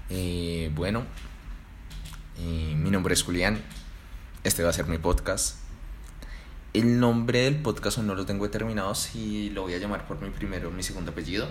Bueno, mi nombre es Julián. Este va a ser mi podcast. El nombre del podcast aún no lo tengo determinado, si lo voy a llamar por mi primero o mi segundo apellido.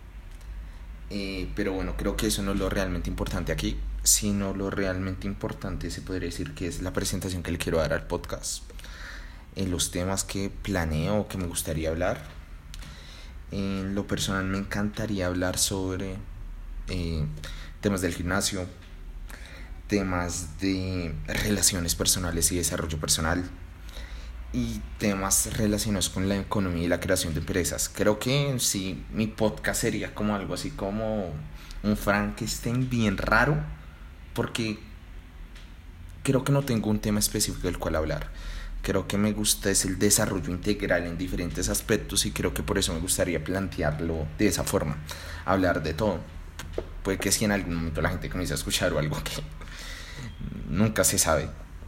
Pero bueno, creo que eso no es lo realmente importante aquí, sino lo realmente importante se podría decir que es la presentación que le quiero dar al podcast. Los temas que planeo o que me gustaría hablar. En lo personal me encantaría hablar sobre temas del gimnasio, temas de relaciones personales y desarrollo personal y temas relacionados con la economía y la creación de empresas. Creo que sí, mi podcast sería como algo así como un Frankenstein bien raro, porque creo que no tengo un tema específico del cual hablar. Creo que me gusta es el desarrollo integral en diferentes aspectos y creo que por eso me gustaría plantearlo de esa forma, hablar de todo. Puede que si en algún momento la gente comience a escuchar o algo que nunca se sabe,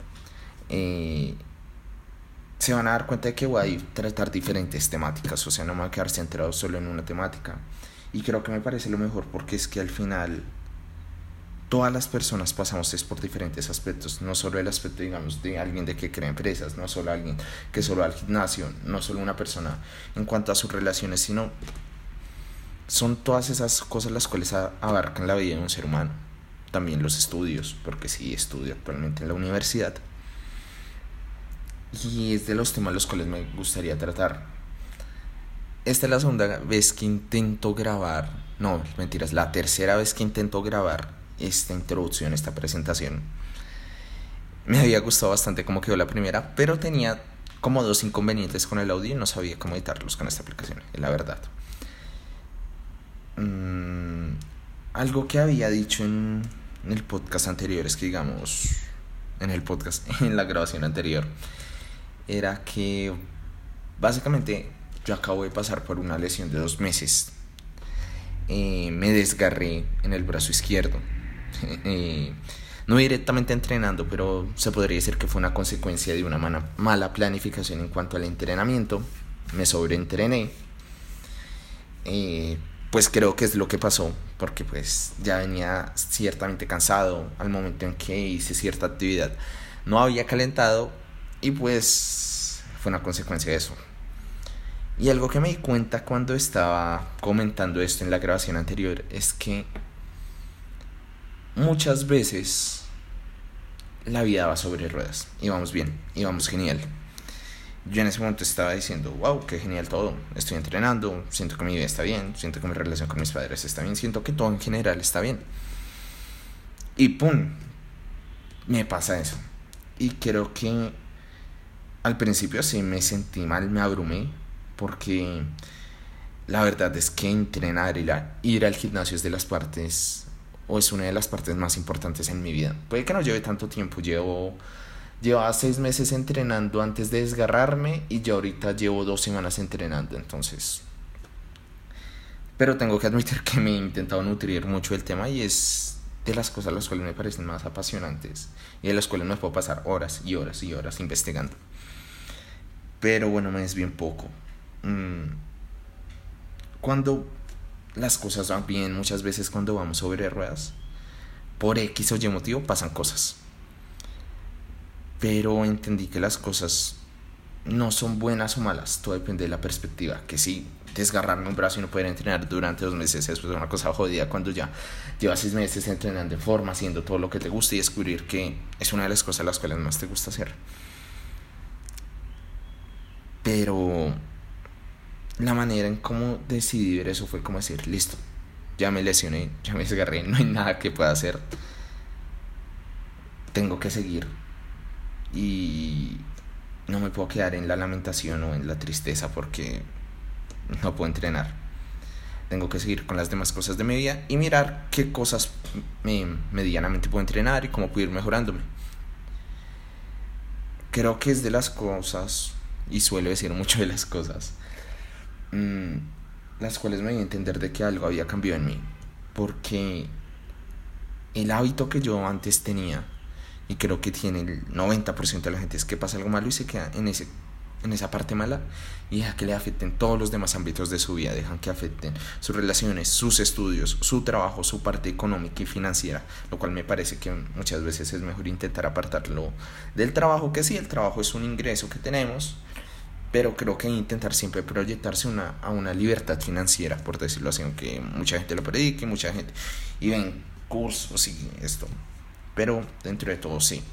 se van a dar cuenta de que voy a tratar diferentes temáticas, o sea, no me voy a quedar centrado solo en una temática. Y creo que me parece lo mejor porque es que al final todas las personas pasamos por diferentes aspectos, no solo el aspecto, digamos, de alguien de que crea empresas, no solo alguien que solo va al gimnasio, no solo una persona en cuanto a sus relaciones, sino son todas esas cosas las cuales abarcan la vida de un ser humano. También los estudios, porque sí estudio actualmente en la universidad. Y es de los temas los cuales me gustaría tratar. Esta es la segunda vez que intento grabar, no, mentiras, la tercera vez que intento grabar esta introducción, esta presentación. Me había gustado bastante cómo quedó la primera, pero tenía como dos inconvenientes con el audio y no sabía cómo editarlos con esta aplicación, la verdad. Algo que había dicho en el podcast anterior es que, digamos, en la grabación anterior, era que básicamente yo acabo de pasar por una lesión de 2 meses. Me desgarré en el brazo izquierdo. No directamente entrenando, pero se podría decir que fue una consecuencia de una mala planificación en cuanto al entrenamiento. Me sobreentrené. Pues creo que es lo que pasó, porque pues ya venía ciertamente cansado al momento en que hice cierta actividad. No había calentado y pues fue una consecuencia de eso. Y algo que me di cuenta cuando estaba comentando esto en la grabación anterior es que muchas veces la vida va sobre ruedas y vamos bien, y vamos genial. Yo en ese momento estaba diciendo, wow, qué genial todo, estoy entrenando, siento que mi vida está bien, siento que mi relación con mis padres está bien, siento que todo en general está bien. Y pum, me pasa eso. Y creo que al principio sí me sentí mal, me abrumé, porque la verdad es que entrenar, ir al gimnasio es de las partes, o es una de las partes más importantes en mi vida. Puede que no lleve tanto tiempo, llevaba 6 meses entrenando antes de desgarrarme y yo ahorita llevo 2 semanas entrenando, entonces. Pero tengo que admitir que me he intentado nutrir mucho del tema y es de las cosas las cuales me parecen más apasionantes y de las cuales me puedo pasar horas y horas y horas investigando. Pero bueno, me desvío un poco. Cuando las cosas van bien, muchas veces cuando vamos sobre ruedas, por X o Y motivo pasan cosas. Pero entendí que las cosas no son buenas o malas, todo depende de la perspectiva. Que sí, desgarrarme un brazo y no poder entrenar durante 2 meses es una cosa jodida cuando ya llevas 6 meses entrenando en forma, haciendo todo lo que te gusta y descubrir que es una de las cosas las cuales más te gusta hacer. Pero la manera en cómo decidí ver eso fue como decir, listo, ya me lesioné, ya me desgarré, no hay nada que pueda hacer, tengo que seguir y no me puedo quedar en la lamentación o en la tristeza porque no puedo entrenar. Tengo que seguir con las demás cosas de mi vida y mirar qué cosas medianamente puedo entrenar y cómo puedo ir mejorándome. Creo que es de las cosas, y suelo decir mucho de las cosas, las cuales me di a entender de que algo había cambiado en mí, porque el hábito que yo antes tenía, y creo que tiene el 90% de la gente, es que pasa algo malo y se queda en esa parte mala y deja que le afecten todos los demás ámbitos de su vida, dejan que afecten sus relaciones, sus estudios, su trabajo, su parte económica y financiera, lo cual me parece que muchas veces es mejor intentar apartarlo del trabajo, que sí, el trabajo es un ingreso que tenemos, pero creo que intentar siempre proyectarse a una libertad financiera, por decirlo así, aunque mucha gente lo predique, mucha gente y ven cursos y esto, pero dentro de todo sí.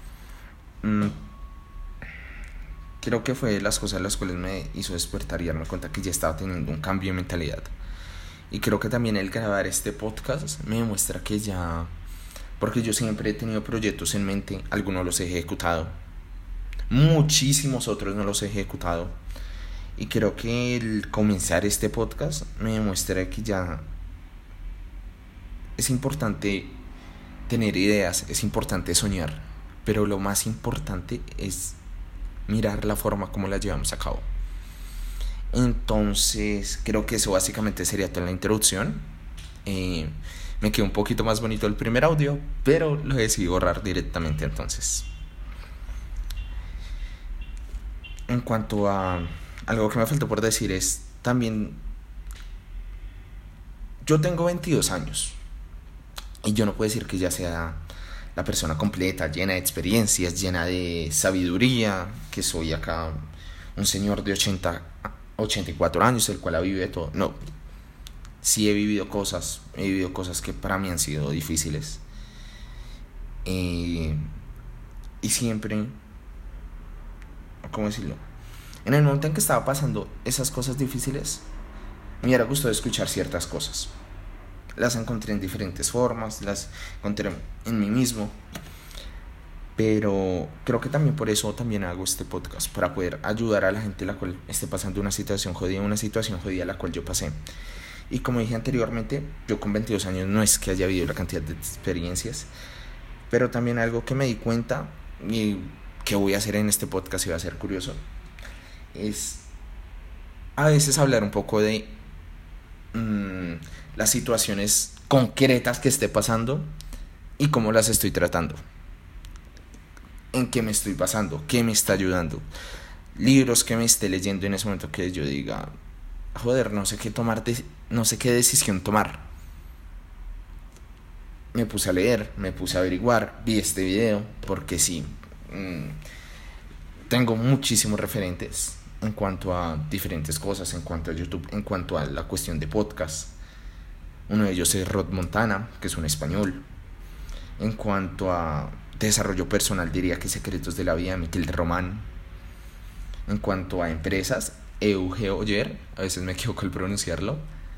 Creo que fue de las cosas las cuales me hizo despertar y darme cuenta que ya estaba teniendo un cambio de mentalidad. Y creo que también el grabar este podcast me demuestra que ya, porque yo siempre he tenido proyectos en mente, algunos los he ejecutado, muchísimos otros no los he ejecutado, y creo que el comenzar este podcast me demuestra que ya es importante tener ideas, es importante soñar, pero lo más importante es mirar la forma como la llevamos a cabo. Entonces creo que eso básicamente sería toda la introducción. Me quedó un poquito más bonito el primer audio, pero lo decidí borrar directamente. Entonces, en cuanto a algo que me faltó por decir, es también, yo tengo 22 años y yo no puedo decir que ya sea la persona completa, llena de experiencias, llena de sabiduría, que soy acá un señor de 84 años, el cual ha vivido todo. No, sí he vivido cosas que para mí han sido difíciles. Y siempre, ¿cómo decirlo? En el momento en que estaba pasando esas cosas difíciles, me hubiera gustado escuchar ciertas cosas. Las encontré en diferentes formas, las encontré en mí mismo, pero creo que también por eso también hago este podcast, para poder ayudar a la gente la cual esté pasando una situación jodida la cual yo pasé. Y como dije anteriormente, yo con 22 años no es que haya vivido la cantidad de experiencias, pero también algo que me di cuenta y que voy a hacer en este podcast, y va a ser curioso, es a veces hablar un poco de las situaciones concretas que esté pasando y cómo las estoy tratando, en qué me estoy basando, qué me está ayudando, libros que me esté leyendo en ese momento que yo diga, joder, no sé qué decisión tomar. Me puse a leer, me puse a averiguar, vi este video, porque sí, tengo muchísimos referentes en cuanto a diferentes cosas, en cuanto a YouTube, en cuanto a la cuestión de podcast. Uno de ellos es Rod Montana, que es un español. En cuanto a desarrollo personal, diría que Secretos de la Vida, Miquel Román. En cuanto a empresas, Euge Oyer, a veces me equivoco al pronunciarlo.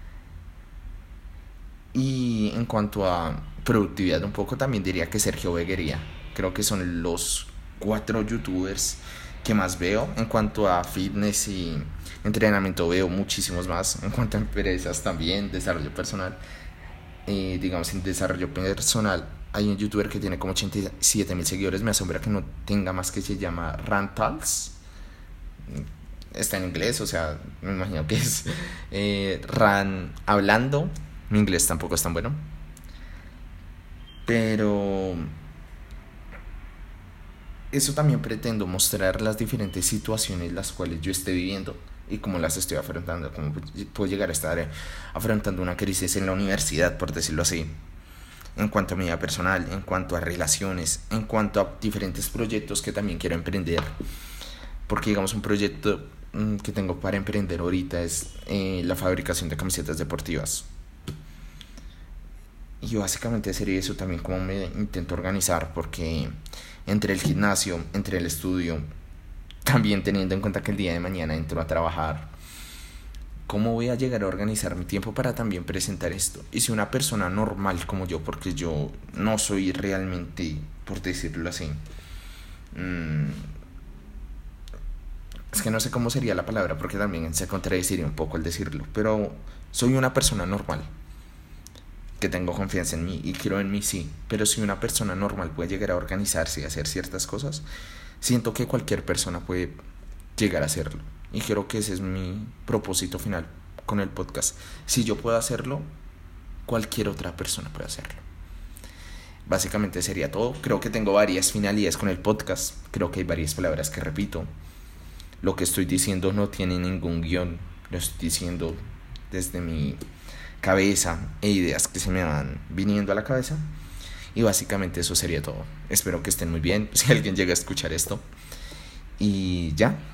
Y en cuanto a productividad un poco, también diría que Sergio Beguería. Creo que son los 4 youtubers que más veo. En cuanto a fitness y entrenamiento veo muchísimos más. En cuanto a empresas también, desarrollo personal, digamos en desarrollo personal hay un youtuber que tiene como 87,000 seguidores. Me asombra que no tenga más, que se llama Rantals. Está en inglés, o sea, me imagino que es Ran hablando. Mi inglés tampoco es tan bueno, pero eso también pretendo mostrar, las diferentes situaciones las cuales yo esté viviendo y cómo las estoy afrontando, cómo puedo llegar a estar afrontando una crisis en la universidad, por decirlo así, en cuanto a mi vida personal, en cuanto a relaciones, en cuanto a diferentes proyectos que también quiero emprender. Porque digamos un proyecto que tengo para emprender ahorita es la fabricación de camisetas deportivas. Y básicamente sería eso también como me intento organizar, porque entre el gimnasio, entre el estudio, también teniendo en cuenta que el día de mañana entro a trabajar, ¿cómo voy a llegar a organizar mi tiempo para también presentar esto? Y si una persona normal como yo, porque yo no soy realmente, por decirlo así, es que no sé cómo sería la palabra, porque también se contradeciría un poco al decirlo, pero soy una persona normal, que tengo confianza en mí y creo en mí, sí, pero si una persona normal puede llegar a organizarse y hacer ciertas cosas, siento que cualquier persona puede llegar a hacerlo, y creo que ese es mi propósito final con el podcast. Si yo puedo hacerlo, cualquier otra persona puede hacerlo. Básicamente sería todo. Creo que tengo varias finalidades con el podcast, creo que hay varias palabras que repito. Lo que estoy diciendo no tiene ningún guión, lo estoy diciendo desde mi cabeza e ideas que se me van viniendo a la cabeza. Y básicamente eso sería todo. Espero que estén muy bien, si alguien llega a escuchar esto. Y ya,